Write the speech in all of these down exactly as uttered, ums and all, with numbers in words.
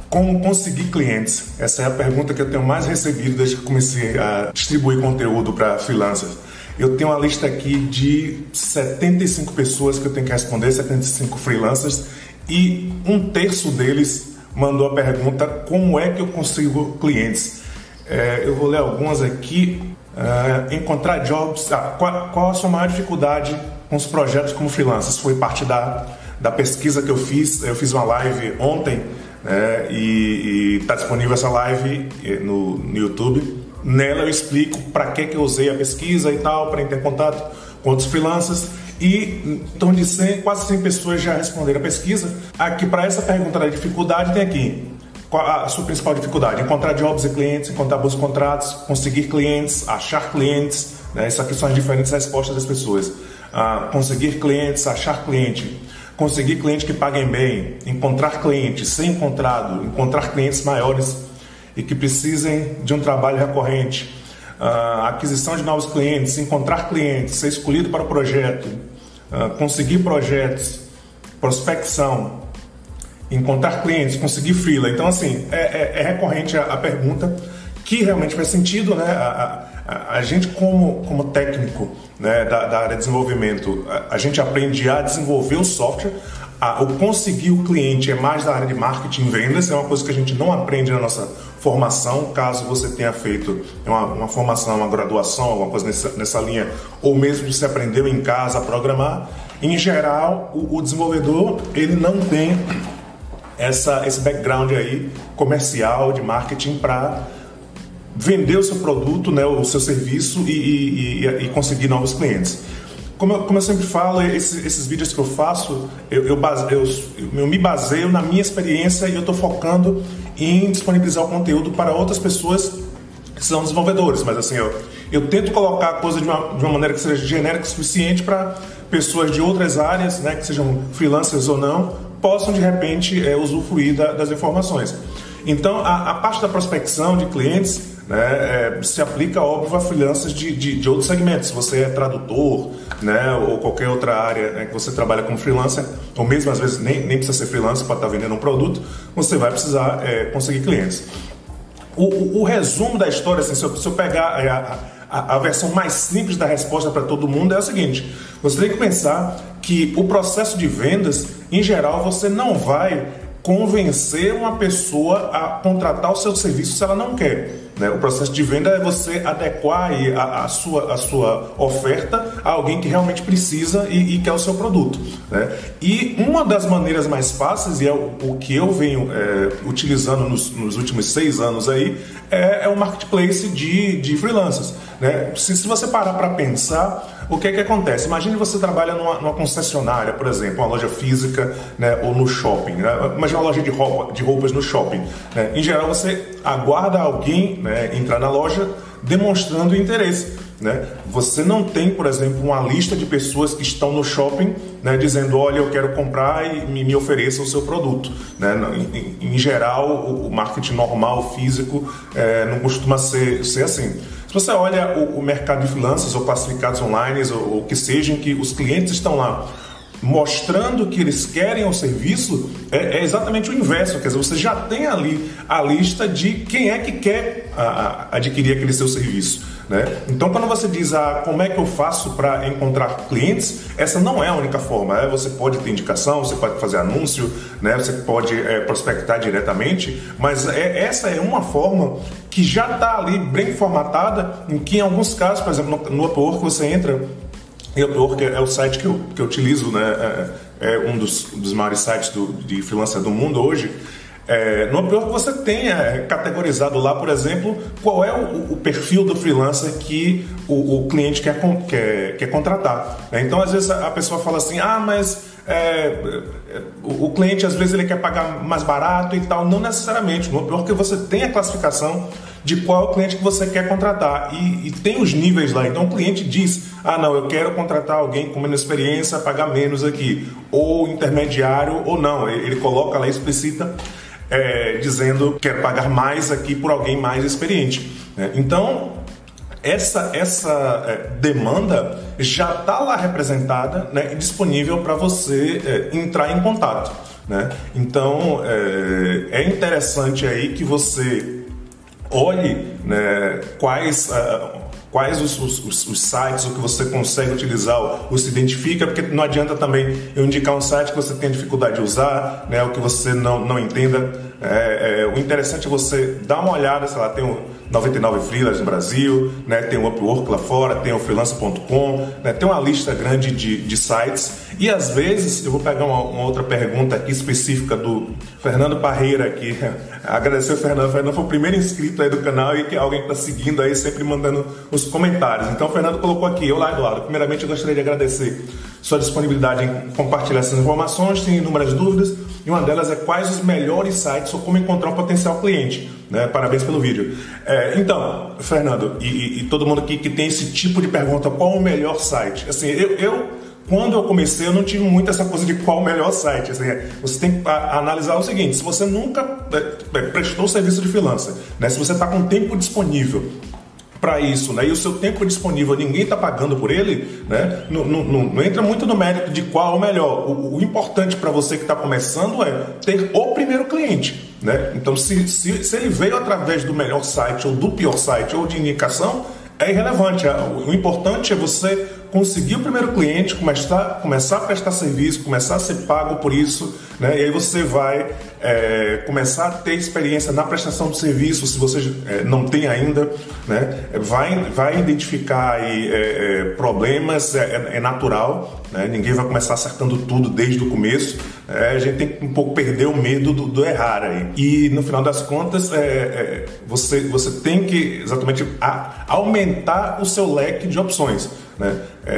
Como conseguir clientes? Essa é a pergunta que eu tenho mais recebido desde que comecei a distribuir conteúdo para freelancers. Eu tenho uma lista aqui de setenta e cinco pessoas que eu tenho que responder, setenta e cinco freelancers, e um terço deles mandou a pergunta: como é que eu consigo clientes? É, eu vou ler algumas aqui. Uh, encontrar jobs. Ah, qual, qual a sua maior dificuldade com os projetos como freelancers? Foi parte da, da pesquisa que eu fiz. Eu fiz uma live ontem, né, e está disponível essa live no, no YouTube. Nela eu explico para que, que eu usei a pesquisa e tal, para entrar em contato com outros freelancers. E em torno de cem, quase cem pessoas já responderam a pesquisa. Aqui, para essa pergunta da dificuldade, tem aqui: qual a sua principal dificuldade? Encontrar jobs e clientes, encontrar bons contratos, conseguir clientes, achar clientes, né? Isso aqui são as diferentes respostas das pessoas. Ah, conseguir clientes, achar cliente, conseguir cliente que paguem bem, encontrar clientes, ser encontrado, encontrar clientes maiores e que precisem de um trabalho recorrente, ah, aquisição de novos clientes, encontrar clientes, ser escolhido para o projeto, ah, conseguir projetos, prospecção, encontrar clientes, conseguir freela. Então, assim, é, é, é recorrente a, a pergunta, que realmente faz sentido, né? A, a, a gente, como, como técnico, né, da, da área de desenvolvimento, a, a gente aprende a desenvolver o software. A, o conseguir o cliente é mais da área de marketing e vendas, é uma coisa que a gente não aprende na nossa formação, caso você tenha feito uma, uma formação, uma graduação, alguma coisa nessa, nessa linha, ou mesmo se aprendeu em casa a programar. Em geral, o, o desenvolvedor, ele não tem Essa, esse background aí comercial, de marketing, para vender o seu produto, né, o seu serviço e, e, e, e conseguir novos clientes. Como eu, como eu sempre falo, esses, esses vídeos que eu faço, eu, eu, base, eu, eu me baseio na minha experiência e eu estou focando em disponibilizar o conteúdo para outras pessoas que são desenvolvedores, mas assim, eu, eu tento colocar a coisa de uma, de uma maneira que seja genérica o suficiente para pessoas de outras áreas, né, que sejam freelancers ou não, possam de repente é, usufruir da, das informações. Então, a, a parte da prospecção de clientes, né, é, se aplica, óbvio, a freelancers de, de, de outros segmentos. Se você é tradutor, né, ou qualquer outra área, né, que você trabalha como freelancer, ou mesmo às vezes nem, nem precisa ser freelancer para estar vendendo um produto, você vai precisar é, conseguir clientes. O, o, o resumo da história, assim, se, eu, se eu pegar é, a, a, a versão mais simples da resposta para todo mundo, é o seguinte: você tem que pensar que o processo de vendas, em geral, você não vai convencer uma pessoa a contratar o seu serviço se ela não quer, né? O processo de venda é você adequar a, a, sua, a sua oferta a alguém que realmente precisa e, e quer o seu produto, né? E uma das maneiras mais fáceis, e é o, o que eu venho é, utilizando nos, nos últimos seis anos aí, é, é o marketplace de, de freelancers, né? Se, se você parar para pensar, o que é que acontece? Imagine você trabalha numa, numa concessionária, por exemplo, uma loja física, né, ou no shopping, né? Imagina uma loja de, roupa, de roupas no shopping, né? Em geral, você aguarda alguém, né, entrar na loja demonstrando interesse, né? Você não tem, por exemplo, uma lista de pessoas que estão no shopping, né, dizendo: olha, eu quero comprar e me, me ofereça o seu produto, né? Em, em geral, o, o marketing normal, físico, é, não costuma ser, ser assim. Se você olha o, o mercado de freelancers ou classificados online, ou o que seja, em que os clientes estão lá mostrando que eles querem o serviço, é, é exatamente o inverso. Quer dizer, você já tem ali a lista de quem é que quer a, a, adquirir aquele seu serviço, né? Então, quando você diz ah, como é que eu faço para encontrar clientes, essa não é a única forma. Né? Você pode ter indicação, você pode fazer anúncio, né? Você pode é, prospectar diretamente, mas é, essa é uma forma que já está ali bem formatada, em que em alguns casos, por exemplo, no, no Upwork, você entra. E o Upwork é o site que eu, que eu utilizo, né? É, é um dos, dos maiores sites do, de freelancer do mundo hoje. É, no Upwork você tem é, categorizado lá, por exemplo, qual é o, o perfil do freelancer que o, o cliente quer, quer, quer contratar. Né? Então, às vezes, a pessoa fala assim: ah, mas é, o, o cliente, às vezes, ele quer pagar mais barato e tal. Não necessariamente. No Upwork você tem a classificação de qual é o cliente que você quer contratar. E, e tem os níveis lá. Então, o cliente diz: ah, não, eu quero contratar alguém com menos experiência, pagar menos aqui. Ou intermediário, ou não. Ele, ele coloca lá, explicita, É, dizendo que quer pagar mais aqui por alguém mais experiente, né? Então, essa, essa é, demanda já está lá representada, né, e disponível para você é, entrar em contato. né? Então é, é interessante aí que você olhe, né, quais uh, quais os, os, os sites o que você consegue utilizar ou se identifica, porque não adianta também eu indicar um site que você tem dificuldade de usar, né, ou que você não, não entenda. É, é, o interessante é você dar uma olhada, sei lá, tem o noventa e nove Freelas no Brasil, né, tem o Upwork lá fora, tem o freelancer ponto com, né, tem uma lista grande de, de sites. E às vezes, eu vou pegar uma, uma outra pergunta aqui específica do Fernando Parreira aqui. Agradecer ao Fernando. O Fernando foi o primeiro inscrito aí do canal e que é alguém que está seguindo aí, sempre mandando os comentários. Então o Fernando colocou aqui: olá Eduardo, primeiramente eu gostaria de agradecer sua disponibilidade em compartilhar essas informações, tem inúmeras dúvidas, e uma delas é quais os melhores sites ou como encontrar um potencial cliente. Né? Parabéns pelo vídeo. É, então, Fernando, e, e, e todo mundo aqui que tem esse tipo de pergunta, qual o melhor site? Assim, eu... eu Quando eu comecei, eu não tive muito essa coisa de qual o melhor site. Assim, você tem que analisar o seguinte: se você nunca prestou serviço de freelancer, né, se você está com tempo disponível para isso, né, e o seu tempo disponível ninguém está pagando por ele, né, não, não, não, não entra muito no mérito de qual o melhor. O, o importante para você que está começando é ter o primeiro cliente. Né? Então, se, se, se ele veio através do melhor site ou do pior site ou de indicação, é irrelevante. O importante é você conseguir o primeiro cliente, começar, começar a prestar serviço, começar a ser pago por isso, né? E aí você vai é, começar a ter experiência na prestação de serviço, se você é, não tem ainda, né? Vai, vai identificar aí, é, é, problemas, é, é natural, né? Ninguém vai começar acertando tudo desde o começo. É, a gente tem que um pouco perder o medo do, do errar aí. E no final das contas, é, é, você, você tem que exatamente a, aumentar o seu leque de opções. Né?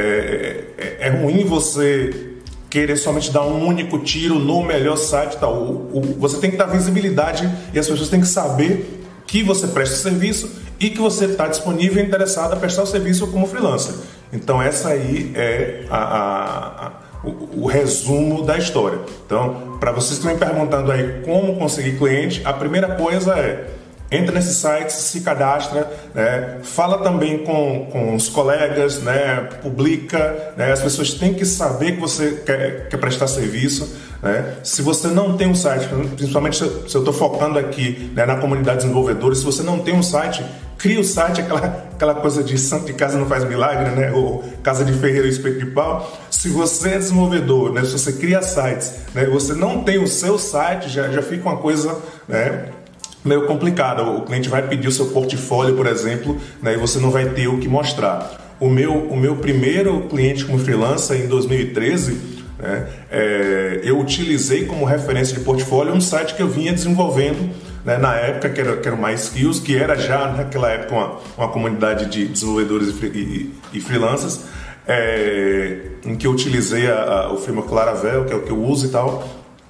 É, é, é ruim você querer somente dar um único tiro no melhor site. Tá? O, o, você tem que dar visibilidade e as pessoas têm que saber que você presta serviço e que você está disponível e interessado a prestar o serviço como freelancer. Então essa aí é a, a, a, o, o resumo da história. Então, para vocês que estão me perguntando aí como conseguir cliente, a primeira coisa é: entra nesses sites, se cadastra, né? Fala também com, com os colegas, né? Publica, né? As pessoas têm que saber que você quer, quer prestar serviço. Né? Se você não tem um site, principalmente se eu estou focando aqui, né, na comunidade de desenvolvedores, se você não tem um site, cria o site, aquela, aquela coisa de santo de casa não faz milagre, né? Ou casa de ferreiro e espeto de pau. Se você é desenvolvedor, né? Se você cria sites, né? Você não tem o seu site, já, já fica uma coisa, né, meio complicada. O cliente vai pedir o seu portfólio, por exemplo, né, e você não vai ter o que mostrar. O meu, o meu primeiro cliente como freelancer em dois mil e treze, né, é, eu utilizei como referência de portfólio um site que eu vinha desenvolvendo, né, na época, que era, que era o MySkills, que era já naquela época uma, uma comunidade de desenvolvedores e, e, e freelancers, é, em que eu utilizei a, a, o framework Laravel, que é o que eu uso e tal,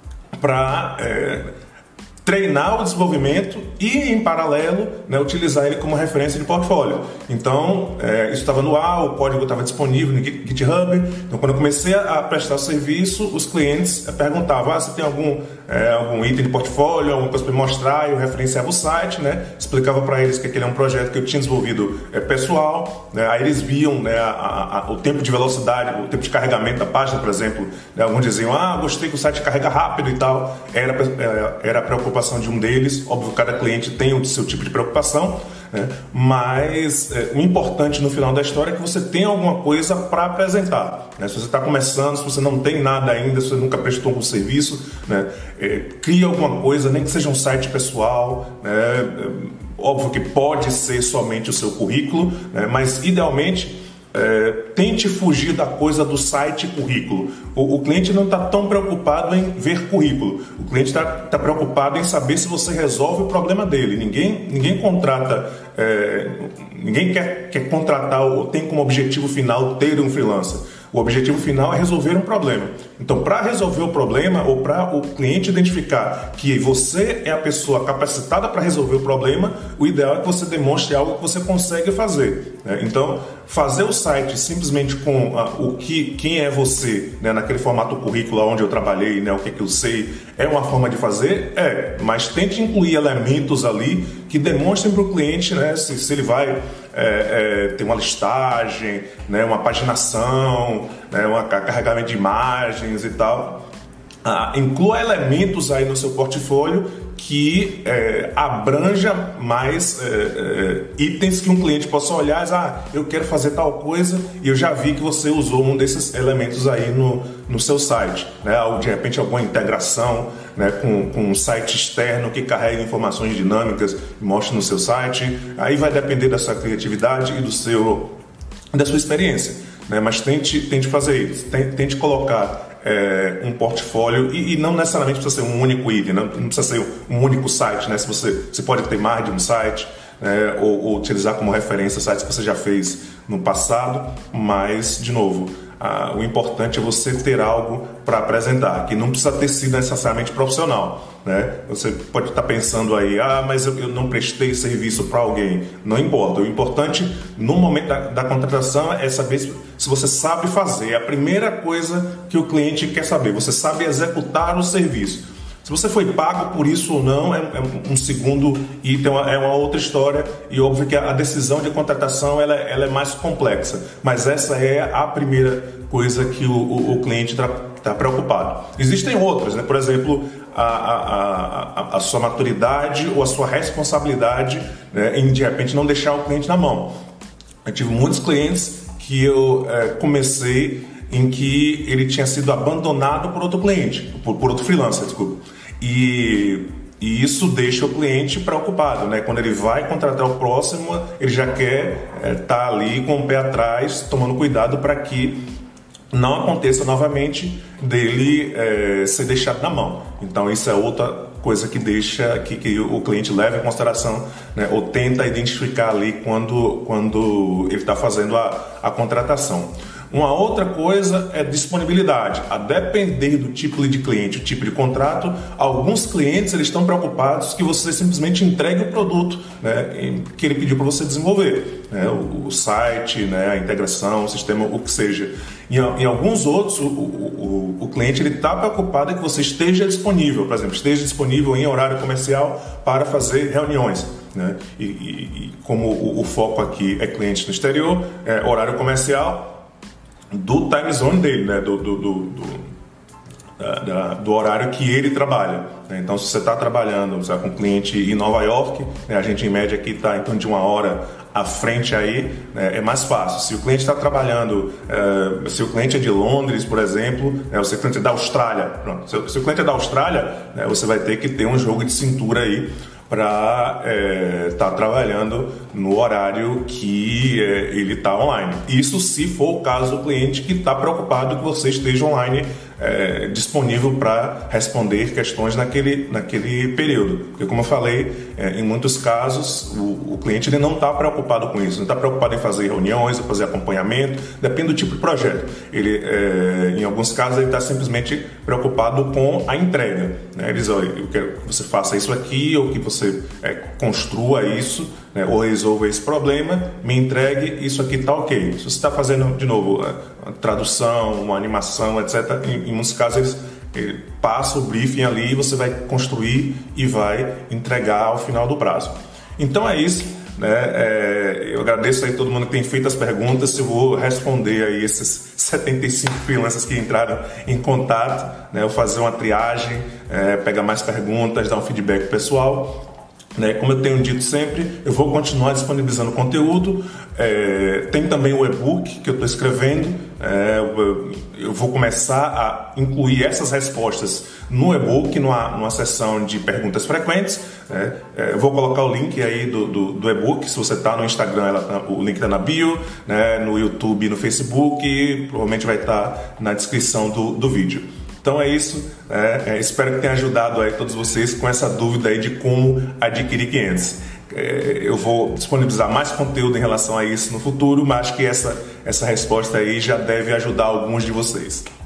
para é, treinar o desenvolvimento e, em paralelo, né, utilizar ele como referência de portfólio. Então, é, isso estava no ar, o código estava disponível no GitHub. Então, quando eu comecei a prestar serviço, os clientes perguntavam: ah, você tem algum, é, algum item de portfólio, alguma coisa para mostrar? Eu referenciava o site, né, explicava para eles que aquele é um projeto que eu tinha desenvolvido é, pessoal, né, aí eles viam, né, a, a, o tempo de velocidade, o tempo de carregamento da página, por exemplo. Né, alguns diziam: ah, gostei que o site carrega rápido e tal. Era, era a preocupação de um deles. Óbvio, cada cliente tem o seu tipo de preocupação, né? Mas é, o importante no final da história é que você tenha alguma coisa para apresentar, né? Se você está começando, se você não tem nada ainda, se você nunca prestou um serviço, né? É, cria alguma coisa, nem que seja um site pessoal, né? É, óbvio que pode ser somente o seu currículo, né? Mas idealmente É, tente fugir da coisa do site currículo. O, o cliente não está tão preocupado em ver currículo. O cliente está tá preocupado em saber se você resolve o problema dele. Ninguém, ninguém contrata, é, ninguém quer, quer contratar ou tem como objetivo final ter um freelancer. O objetivo final é resolver um problema. Então, para resolver o problema ou para o cliente identificar que você é a pessoa capacitada para resolver o problema, o ideal é que você demonstre algo que você consegue fazer, né? Então, fazer o site simplesmente com ah, o que, quem é você, né, naquele formato currículo onde eu trabalhei, né, o que, que eu sei, é uma forma de fazer? É, mas tente incluir elementos ali que demonstrem para o cliente, né, se, se ele vai é, é, ter uma listagem, né, uma paginação, né, um carregamento de imagens e tal. ah, inclua elementos aí no seu portfólio que é, abranja mais é, é, itens que um cliente possa olhar e dizer, ah, eu quero fazer tal coisa e eu já vi que você usou um desses elementos aí no, no seu site, né? Ou de repente alguma integração, né, com, com um site externo que carrega informações dinâmicas e mostra no seu site. Aí vai depender da sua criatividade e do seu, da sua experiência, né? Mas tente, tente fazer isso, tente, tente colocar É, um portfólio e, e não necessariamente precisa ser um único item, não, não precisa ser um único site, né? Se você, você pode ter mais de um site, né? ou, ou utilizar como referência sites que você já fez no passado, mas, de novo, ah, o importante é você ter algo para apresentar, que não precisa ter sido necessariamente profissional, né? Você pode estar pensando aí, ah, mas eu, eu não prestei serviço para alguém. Não importa, o importante no momento da, da contratação é saber se, se você sabe fazer. É a primeira coisa que o cliente quer saber, você sabe executar o serviço. Se você foi pago por isso ou não, é, é um segundo item, é uma outra história, e óbvio que a decisão de contratação ela, ela é mais complexa, mas essa é a primeira coisa que o, o, o cliente está tá preocupado. Existem outras, né? Por exemplo, a, a, a, a sua maturidade ou a sua responsabilidade, né, em de repente não deixar o cliente na mão. Eu tive muitos clientes que eu é, comecei em que ele tinha sido abandonado por outro cliente, por, por outro freelancer, desculpa. E, e isso deixa o cliente preocupado, né? Quando ele vai contratar o próximo, ele já quer estar é, tá ali com o pé atrás, tomando cuidado para que não aconteça novamente dele é, ser deixado na mão. Então isso é outra coisa que deixa que, que o cliente leva em consideração, né? Ou tenta identificar ali quando, quando ele está fazendo a, a contratação. Uma outra coisa é disponibilidade. A depender do tipo de cliente, o tipo de contrato, alguns clientes eles estão preocupados que você simplesmente entregue o produto, né, que ele pediu para você desenvolver, né, o, o site, né, a integração, o sistema, o que seja. Em, em alguns outros, o, o, o, o cliente está preocupado em que você esteja disponível, por exemplo, esteja disponível em horário comercial para fazer reuniões. Né? E, e, e como o, o foco aqui é cliente no exterior, é horário comercial do time zone dele, né? do, do, do, do, da, da, do horário que ele trabalha. Né? Então, se você está trabalhando você tá com um cliente em Nova York, né? A gente em média aqui está em torno de uma hora à frente aí, né? É mais fácil. Se o cliente está trabalhando, uh, se o cliente é de Londres, por exemplo, né? Se o cliente é da Austrália, pronto. Se, se o cliente é da Austrália, né? Você vai ter que ter um jogo de cintura aí para estar é, tá trabalhando no horário que é, ele está online. Isso se for o caso do cliente que está preocupado que você esteja online, é, disponível para responder questões naquele, naquele período. Porque, como eu falei, é, em muitos casos o, o cliente ele não está preocupado com isso, não está preocupado em fazer reuniões, em fazer acompanhamento, depende do tipo de projeto. Ele, é, em alguns casos ele está simplesmente preocupado com a entrega. Né? Ele diz, olha, eu quero que você faça isso aqui, ou que você é, construa isso, né, ou resolva esse problema, me entregue, isso aqui está ok. Se você está fazendo, de novo, uma tradução, uma animação, etcétera, em, em muitos casos eles, ele passa o briefing ali, você vai construir e vai entregar ao final do prazo. Então é isso, né? É, eu agradeço aí todo mundo que tem feito as perguntas, eu vou responder aí esses setenta e cinco freelancers que entraram em contato, né? Eu vou fazer uma triagem, é, pegar mais perguntas, dar um feedback pessoal. Né? Como eu tenho dito sempre, eu vou continuar disponibilizando conteúdo. É, tem também o e-book que eu estou escrevendo. É, eu vou começar a incluir essas respostas no e-book, numa, numa seção de perguntas frequentes. Né? É, eu vou colocar o link aí do, do, do e-book. Se você está no Instagram, ela, o link está na bio, né? No YouTube, no Facebook, e provavelmente vai estar tá na descrição do, do vídeo. Então é isso, é, é, espero que tenha ajudado aí todos vocês com essa dúvida aí de como adquirir clientes. É, eu vou disponibilizar mais conteúdo em relação a isso no futuro, mas acho que essa, essa resposta aí já deve ajudar alguns de vocês.